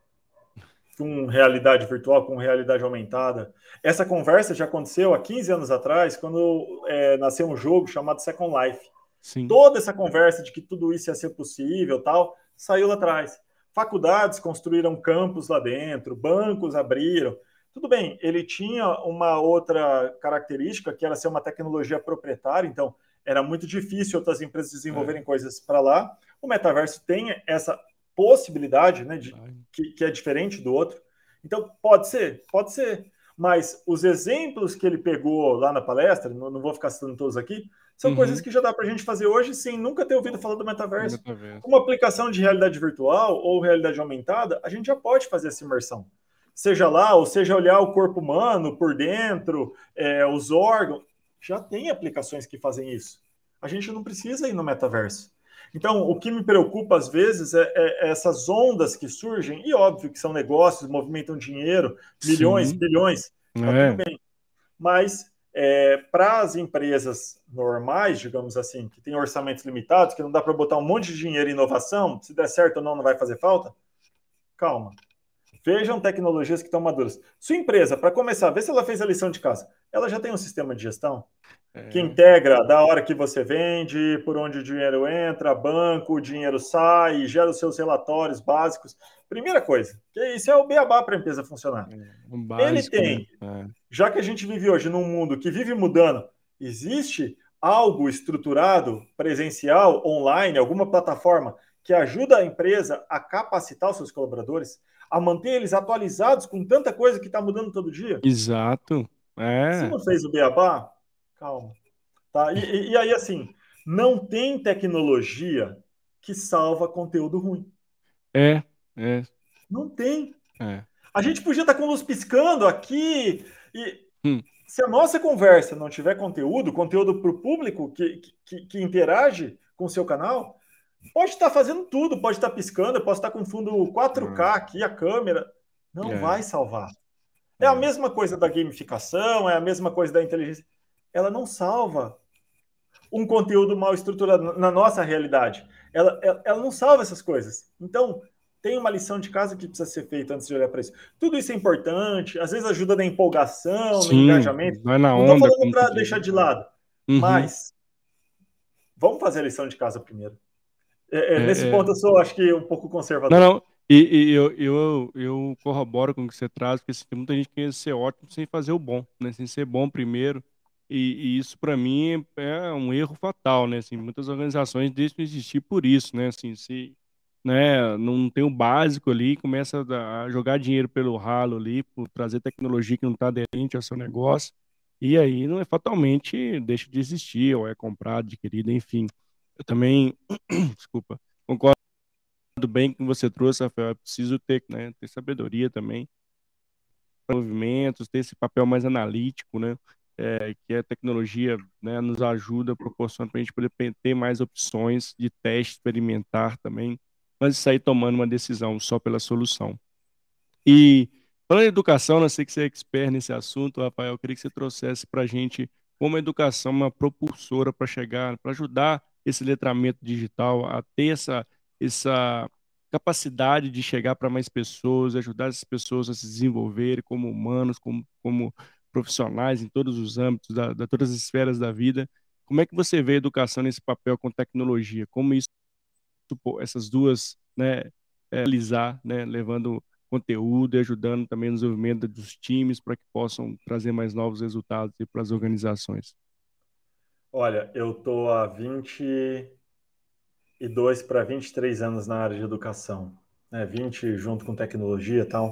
B: Com realidade virtual, com realidade aumentada. Essa conversa já aconteceu há quinze anos atrás, quando é, nasceu um jogo chamado Second Life.
A: Sim.
B: Toda essa conversa de que tudo isso ia ser possível, tal, saiu lá atrás. Faculdades construíram campos lá dentro, bancos abriram. Tudo bem, ele tinha uma outra característica, que era ser uma tecnologia proprietária, então era muito difícil outras empresas desenvolverem
A: É.
B: coisas para lá. O metaverso tem essa possibilidade, né, de, que, que é diferente do outro. Então, pode ser, pode ser. Mas os exemplos que ele pegou lá na palestra, não, não vou ficar citando todos aqui, são
A: Uhum.
B: coisas que já dá para a gente fazer hoje sem nunca ter ouvido falar do metaverso.
A: Metaverso.
B: Uma aplicação de realidade virtual ou realidade aumentada, a gente já pode fazer essa imersão. Seja lá, ou seja olhar o corpo humano por dentro, é, os órgãos, já tem aplicações que fazem isso. A gente não precisa ir no metaverso. Então, o que me preocupa às vezes é, é, é essas ondas que surgem, e óbvio que são negócios, movimentam dinheiro, milhões,
A: Sim.
B: bilhões, tá
A: É.
B: tudo bem. Mas é, para as empresas normais, digamos assim, que têm orçamentos limitados, que não dá para botar um monte de dinheiro em inovação, se der certo ou não, não vai fazer falta, calma. Vejam tecnologias que estão maduras. Sua empresa, para começar, vê se ela fez a lição de casa. Ela já tem um sistema de gestão que
A: É.
B: integra da hora que você vende, por onde o dinheiro entra, banco, o dinheiro sai, gera os seus relatórios básicos. Primeira coisa, que isso é o beabá para a empresa funcionar.
A: É. Um
B: Ele
A: básico, né?
B: tem,
A: É.
B: já que a gente vive hoje num mundo que vive mudando, existe algo estruturado, presencial, online, alguma plataforma que ajuda a empresa a capacitar os seus colaboradores, a manter eles atualizados com tanta coisa que está mudando todo dia?
A: Exato.
B: Se
A: É.
B: não fez o beabá, calma. Tá? E, e, e aí, assim, não tem tecnologia que salva conteúdo ruim.
A: É. É.
B: Não tem.
A: É.
B: A gente podia estar com luz piscando aqui e
A: Hum.
B: se a nossa conversa não tiver conteúdo, conteúdo para o público que, que, que interage com o seu canal, pode estar fazendo tudo, pode estar piscando, eu posso estar com fundo quatro K aqui, a câmera, não
A: É.
B: vai salvar. É a
A: É.
B: mesma coisa da gamificação, é a mesma coisa da inteligência. Ela não salva um conteúdo mal estruturado na nossa realidade. Ela, ela, ela não salva essas coisas. Então, tem uma lição de casa que precisa ser feita antes de olhar para isso. Tudo isso é importante, às vezes ajuda na empolgação, no
A: Sim,
B: engajamento.
A: vai na
B: Não estou
A: onda,
B: falando
A: como tu
B: para
A: diz.
B: deixar de lado,
A: Uhum.
B: mas vamos fazer a lição de casa primeiro. É, é, nesse
A: É, é...
B: ponto, eu sou, acho que, um pouco
A: Não,
B: conservador.
A: não. E, e eu, eu, eu corroboro com o que você traz, porque assim, tem muita gente que quer ser ótimo sem fazer o bom, né? Sem ser bom primeiro. E, e isso, para mim, é um erro fatal, né? Assim, muitas organizações deixam de existir por isso, né? Assim, se né, não tem o básico ali, começa a jogar dinheiro pelo ralo ali, por trazer tecnologia que não está aderente ao seu negócio, e aí não é fatalmente deixa de existir, ou é comprado, adquirido, enfim. Eu também, desculpa, concordo bem com o que você trouxe, Rafael. É preciso ter, né, ter sabedoria também para movimentos, ter esse papel mais analítico, né? É, que a tecnologia, né, nos ajuda, proporciona para a gente poder pe- ter mais opções de teste, experimentar também, mas sair tomando uma decisão só pela solução. E falando em educação, eu sei que você é expert nesse assunto, Rafael, eu queria que você trouxesse para a gente como a educação é uma propulsora para chegar, para ajudar esse letramento digital a ter essa, essa capacidade de chegar para mais pessoas, ajudar essas pessoas a se desenvolverem como humanos, como, como profissionais em todos os âmbitos, da, da todas as esferas da vida. Como é que você vê a educação nesse papel com tecnologia? Como isso, essas duas, né, é, realizar, né, levando conteúdo e ajudando também no desenvolvimento dos times para que possam trazer mais novos resultados para as organizações?
B: Olha, eu tô há vinte e dois para vinte e três anos na área de educação, né? vinte junto com tecnologia e tal.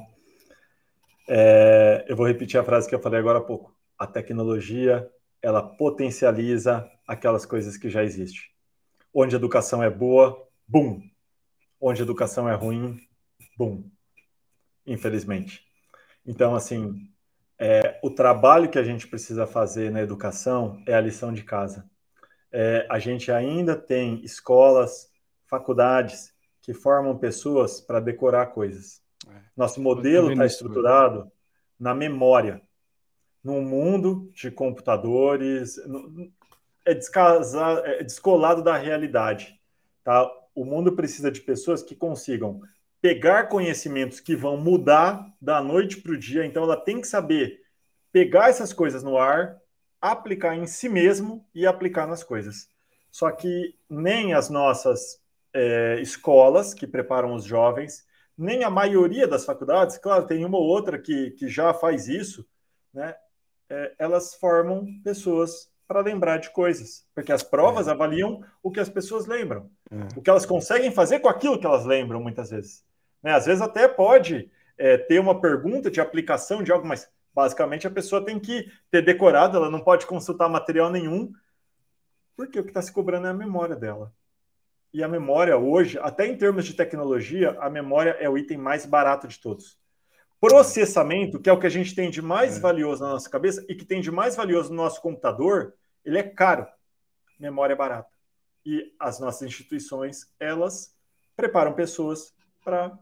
B: É, eu vou repetir a frase que eu falei agora há pouco. A tecnologia, ela potencializa aquelas coisas que já existem. Onde a educação é boa, bum. Onde a educação é ruim, bum. Infelizmente. Então, assim, é, o trabalho que a gente precisa fazer na educação é a lição de casa. É, a gente ainda tem escolas, faculdades que formam pessoas para decorar coisas.
A: É,
B: Nosso
A: eu tô
B: modelo
A: vendo
B: está
A: isso mesmo.
B: estruturado na memória. Num mundo de computadores, é, descasar, é descolado da realidade. Tá? O mundo precisa de pessoas que consigam pegar conhecimentos que vão mudar da noite para o dia, então ela tem que saber pegar essas coisas no ar, aplicar em si mesmo e aplicar nas coisas. Só que nem as nossas é, escolas que preparam os jovens, nem a maioria das faculdades, claro, tem uma ou outra que, que já faz isso, né? É, elas formam pessoas para lembrar de coisas, porque as provas
A: É,
B: avaliam o que as pessoas lembram,
A: é,
B: o que elas conseguem fazer com aquilo que elas lembram, muitas vezes. Né? Às vezes até pode é, ter uma pergunta de aplicação de algo, mas basicamente a pessoa tem que ter decorado, ela não pode consultar material nenhum, porque o que está se cobrando é a memória dela. E a memória hoje, até em termos de tecnologia, a memória é o item mais barato de todos. Processamento, que é o que a gente tem de mais
A: é.
B: valioso na nossa cabeça e que tem de mais valioso no nosso computador, ele é caro. Memória é barata. E as nossas instituições, elas preparam pessoas para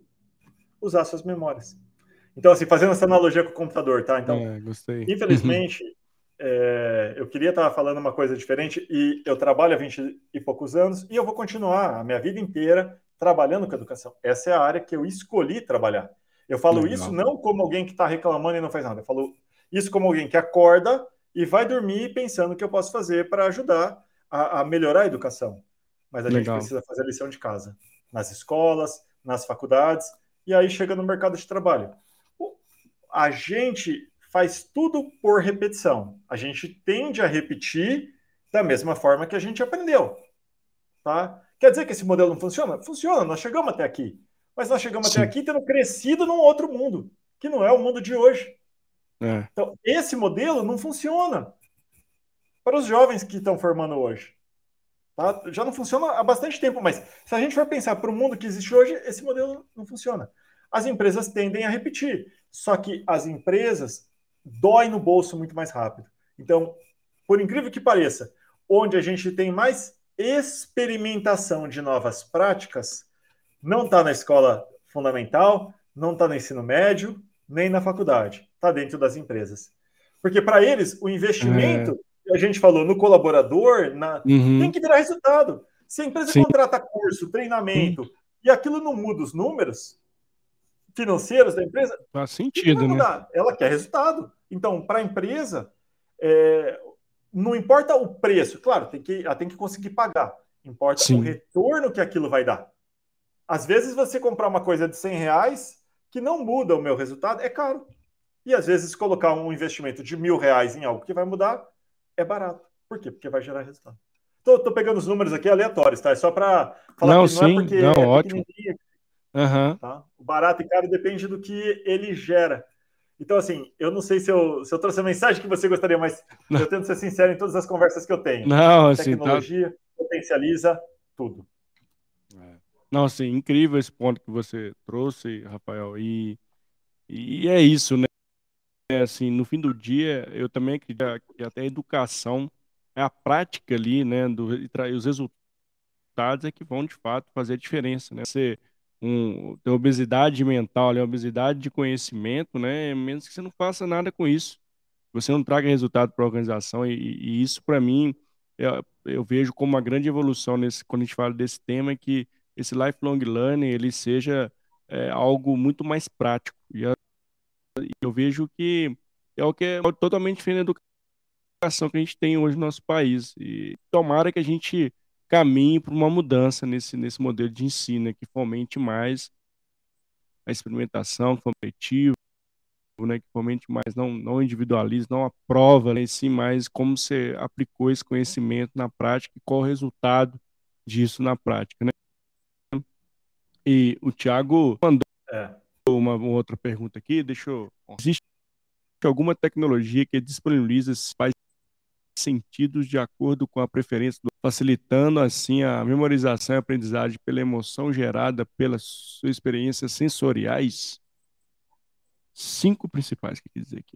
B: usar suas memórias. Então, assim, fazendo essa analogia com o computador, tá? Então,
A: É, gostei.
B: infelizmente, é, eu queria estar falando uma coisa diferente e eu trabalho há vinte e poucos anos e eu vou continuar a minha vida inteira trabalhando com educação. Essa é a área que eu escolhi trabalhar. Eu falo isso
A: Legal.
B: não como alguém que está reclamando e não faz nada. Eu falo isso como alguém que acorda e vai dormir pensando o que eu posso fazer para ajudar a, a melhorar a educação. Mas a gente
A: Legal.
B: precisa fazer a lição de casa nas escolas, nas faculdades e aí chega no mercado de trabalho. A gente faz tudo por repetição. A gente tende a repetir da mesma forma que a gente aprendeu. Tá? Quer dizer que esse modelo não funciona? Funciona, nós chegamos até aqui. Mas nós chegamos até
A: Sim.
B: aqui tendo crescido num outro mundo, que não é o mundo de hoje.
A: É.
B: Então, esse modelo não funciona para os jovens que estão formando hoje. Tá? Já não funciona há bastante tempo, mas se a gente for pensar para o mundo que existe hoje, esse modelo não funciona. As empresas tendem a repetir, só que as empresas doem no bolso muito mais rápido. Então, por incrível que pareça, onde a gente tem mais experimentação de novas práticas, não está na escola fundamental, não está no ensino médio, nem na faculdade, está dentro das empresas. Porque para eles, o
A: É.
B: investimento que a gente falou no colaborador na, tem
A: Uhum.
B: que virar resultado. Se a empresa
A: Sim.
B: contrata curso, treinamento, e aquilo não muda os números financeiros da empresa, o
A: Faz
B: que, que vai
A: sentido, né?
B: mudar? Ela quer resultado. Então, para a empresa, é, não importa o preço, claro, tem que, ela tem que conseguir pagar. Importa o
A: Sim.
B: retorno que aquilo vai dar. Às vezes você comprar uma coisa de cem reais que não muda o meu resultado, é caro. E às vezes colocar um investimento de mil reais em algo que vai mudar é barato. Por quê? Porque vai gerar resultado. Tô, tô pegando os números aqui aleatórios, tá? É só para falar
A: Não,
B: que não é
A: sim.
B: porque
A: Não,
B: é
A: ótimo.
B: pequenininho,
A: Aham.
B: tá? O barato e caro depende do que ele gera. Então, assim, eu não sei se eu, se eu trouxe a mensagem que você gostaria, mas eu tento ser sincero em todas as conversas que eu tenho.
A: Não,
B: A
A: assim, tá.
B: tecnologia potencializa tudo.
A: É. Não, assim, incrível esse ponto que você trouxe, Rafael. E, e é isso, né? É assim, no fim do dia, eu também acredito que até a educação é a prática ali, né? Do, e tra- e os resultados é que vão de fato fazer a diferença, né? Você um, tem obesidade mental, né? Obesidade de conhecimento, né? Menos que você não faça nada com isso. Você não traga resultado para a organização e, e isso para mim eu, eu vejo como uma grande evolução nesse quando a gente fala desse tema é que esse lifelong learning ele seja é, algo muito mais prático e a- eu vejo que é o que é totalmente diferente da educação que a gente tem hoje no nosso país e tomara que a gente caminhe para uma mudança nesse nesse modelo de ensino né, que fomente mais a experimentação competitiva, né, que realmente mais não, não individualiza, não aprova, né, sim, mas como você aplicou esse conhecimento na prática e qual o resultado disso na prática, né? E o Thiago mandou
B: É.
A: uma, uma outra pergunta aqui, deixa eu... Existe alguma tecnologia que disponibiliza esses pais sentidos de acordo com a preferência, do... facilitando assim a memorização e aprendizagem pela emoção gerada pelas suas experiências sensoriais? Cinco principais que quer dizer aqui.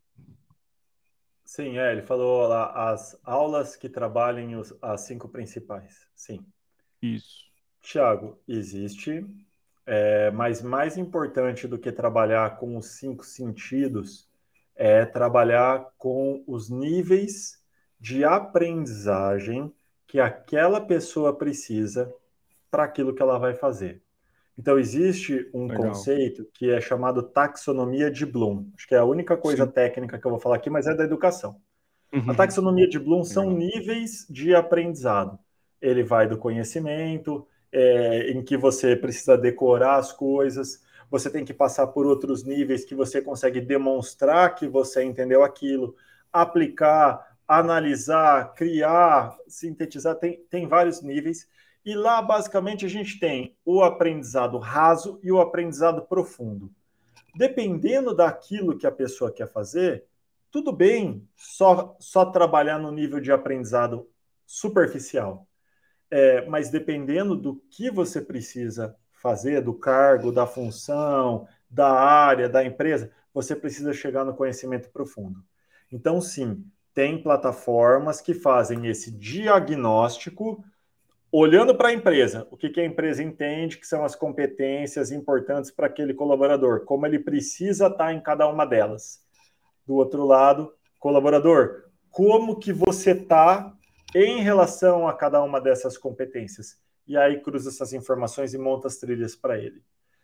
B: Sim, é, ele falou lá, as aulas que trabalhem os, as cinco principais. Sim.
A: Isso.
B: Tiago, existe, é, mas mais importante do que trabalhar com os cinco sentidos é trabalhar com os níveis de aprendizagem que aquela pessoa precisa para aquilo que ela vai fazer. Então, existe um
A: Legal.
B: conceito que é chamado taxonomia de Bloom. Acho que é a única coisa
A: Sim.
B: técnica que eu vou falar aqui, mas é da educação. A
A: Uhum.
B: taxonomia de Bloom são
A: Legal.
B: níveis de aprendizado. Ele vai do conhecimento, é, em que você precisa decorar as coisas, você tem que passar por outros níveis que você consegue demonstrar que você entendeu aquilo, aplicar, analisar, criar, sintetizar, tem, tem vários níveis. E lá, basicamente, a gente tem o aprendizado raso e o aprendizado profundo. Dependendo daquilo que a pessoa quer fazer, tudo bem só, só trabalhar no nível de aprendizado superficial. É, mas dependendo do que você precisa fazer, do cargo, da função, da área, da empresa, você precisa chegar no conhecimento profundo. Então, sim, tem plataformas que fazem esse diagnóstico olhando para a empresa, o que, que a empresa entende que são as competências importantes para aquele colaborador, como ele precisa estar em cada uma delas. Do outro lado, colaborador, como que você está em relação a cada uma dessas competências? E aí cruza essas informações e monta as trilhas para ele.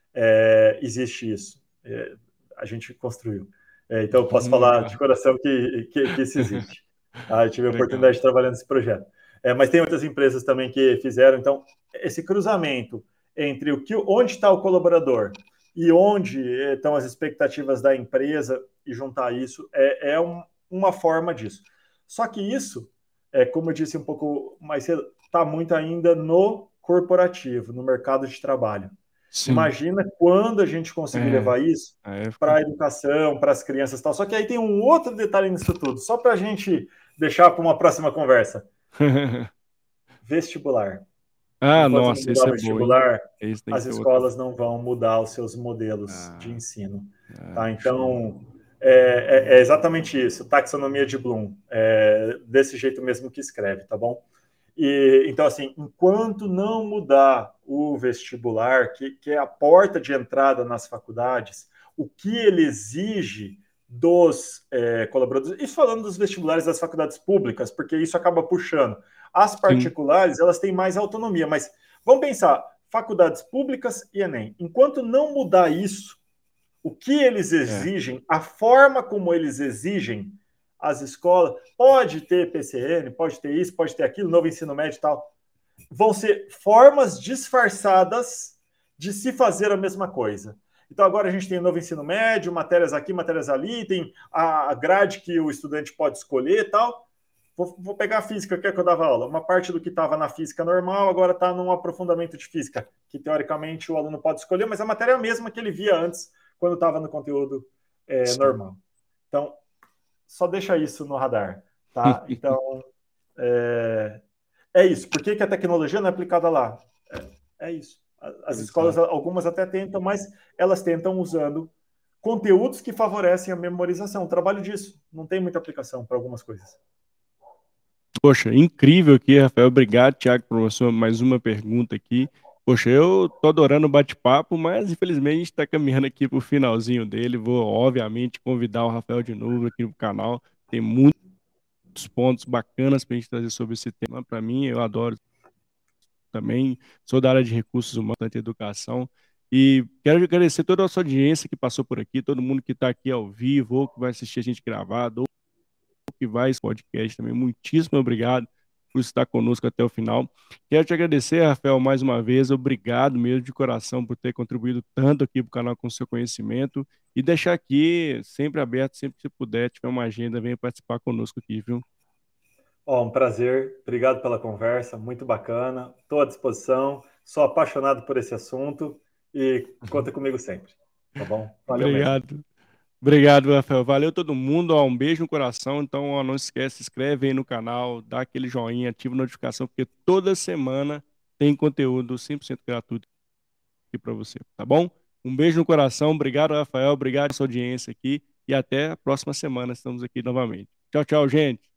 B: É, existe isso. É, a gente construiu. É, então, eu posso falar de
A: Legal.
B: coração que, que, que isso existe. Ah, eu tive a
A: Legal.
B: oportunidade de trabalhar nesse projeto. É, mas tem outras empresas também que fizeram. Então, esse cruzamento entre o que, onde está o colaborador e onde estão as expectativas da empresa e juntar isso é, é um, uma forma disso. Só que isso, é, como eu disse um pouco mais cedo, está muito ainda no corporativo, no mercado de trabalho.
A: Sim.
B: Imagina quando a gente conseguir
A: É,
B: levar isso
A: a época.
B: para a educação, para as crianças e tal. Só que aí tem um outro detalhe nisso tudo, só para a gente deixar para uma próxima conversa. Vestibular.
A: Ah,
B: Enquanto não
A: nossa,
B: mudar
A: esse
B: o
A: é bom, hein?
B: vestibular,
A: Esse tem que
B: as
A: ser outra.
B: escolas não vão mudar os seus modelos de
A: Ah,
B: ensino.
A: ah,
B: Tá?
A: show.
B: Então, é, é, é exatamente isso, taxonomia de Bloom. É desse jeito mesmo que escreve, tá bom? E, então, assim, enquanto não mudar o vestibular, que, que é a porta de entrada nas faculdades, o que ele exige dos é, colaboradores, isso falando dos vestibulares das faculdades públicas, porque isso acaba puxando. As
A: Sim.
B: particulares, elas têm mais autonomia, mas vamos pensar, faculdades públicas e Enem. Enquanto não mudar isso, o que eles
A: É.
B: exigem, a forma como eles exigem as escolas, pode ter P C N, pode ter isso, pode ter aquilo, novo ensino médio e tal, vão ser formas disfarçadas de se fazer a mesma coisa. Então agora a gente tem o novo ensino médio, matérias aqui, matérias ali, tem a grade que o estudante pode escolher e tal. Vou, vou pegar a física, que é que eu dava aula. Uma parte do que estava na física normal, agora está num aprofundamento de física, que teoricamente o aluno pode escolher, mas a matéria é a mesma que ele via antes, quando estava no conteúdo é,
A: Sim.
B: normal. Então, só deixa isso no radar, tá? Então, é, é isso. Por que, que a tecnologia não é aplicada lá? É, é isso. As escolas,
A: Exato.
B: algumas até tentam, mas elas tentam usando conteúdos que favorecem a memorização. O trabalho disso. Não tem muita aplicação para algumas coisas.
A: Poxa, incrível aqui, Rafael. Obrigado, Thiago, por sua, mais uma pergunta aqui. Poxa, eu tô adorando o bate-papo, mas infelizmente a gente está caminhando aqui para o finalzinho dele. Vou, obviamente, convidar o Rafael de novo aqui no canal. Tem muitos pontos bacanas para a gente trazer sobre esse tema. Para mim, eu adoro também. Sou da área de recursos humanos, tanto educação. E quero agradecer toda a sua audiência que passou por aqui, todo mundo que está aqui ao vivo, ou que vai assistir a gente gravado, ou que vai esse podcast também. Muitíssimo obrigado por estar conosco até o final. Quero te agradecer, Rafael, mais uma vez. Obrigado mesmo de coração por ter contribuído tanto aqui para o canal com o seu conhecimento e deixar aqui sempre aberto, sempre que você puder, tiver uma agenda, venha participar conosco aqui, viu?
B: Ó, um prazer, obrigado pela conversa, muito bacana. Estou à disposição, sou apaixonado por esse assunto e conta comigo sempre, tá bom? Valeu mesmo.
A: Obrigado. Obrigado, Rafael. Valeu todo mundo. Ó, um beijo no coração. Então, ó, não esquece, se inscreve aí no canal, dá aquele joinha, ativa a notificação, porque toda semana tem conteúdo cem por cento gratuito aqui para você, tá bom? Um beijo no coração. Obrigado, Rafael. Obrigado pela sua audiência aqui e até a próxima semana. Estamos aqui novamente. Tchau, tchau, gente.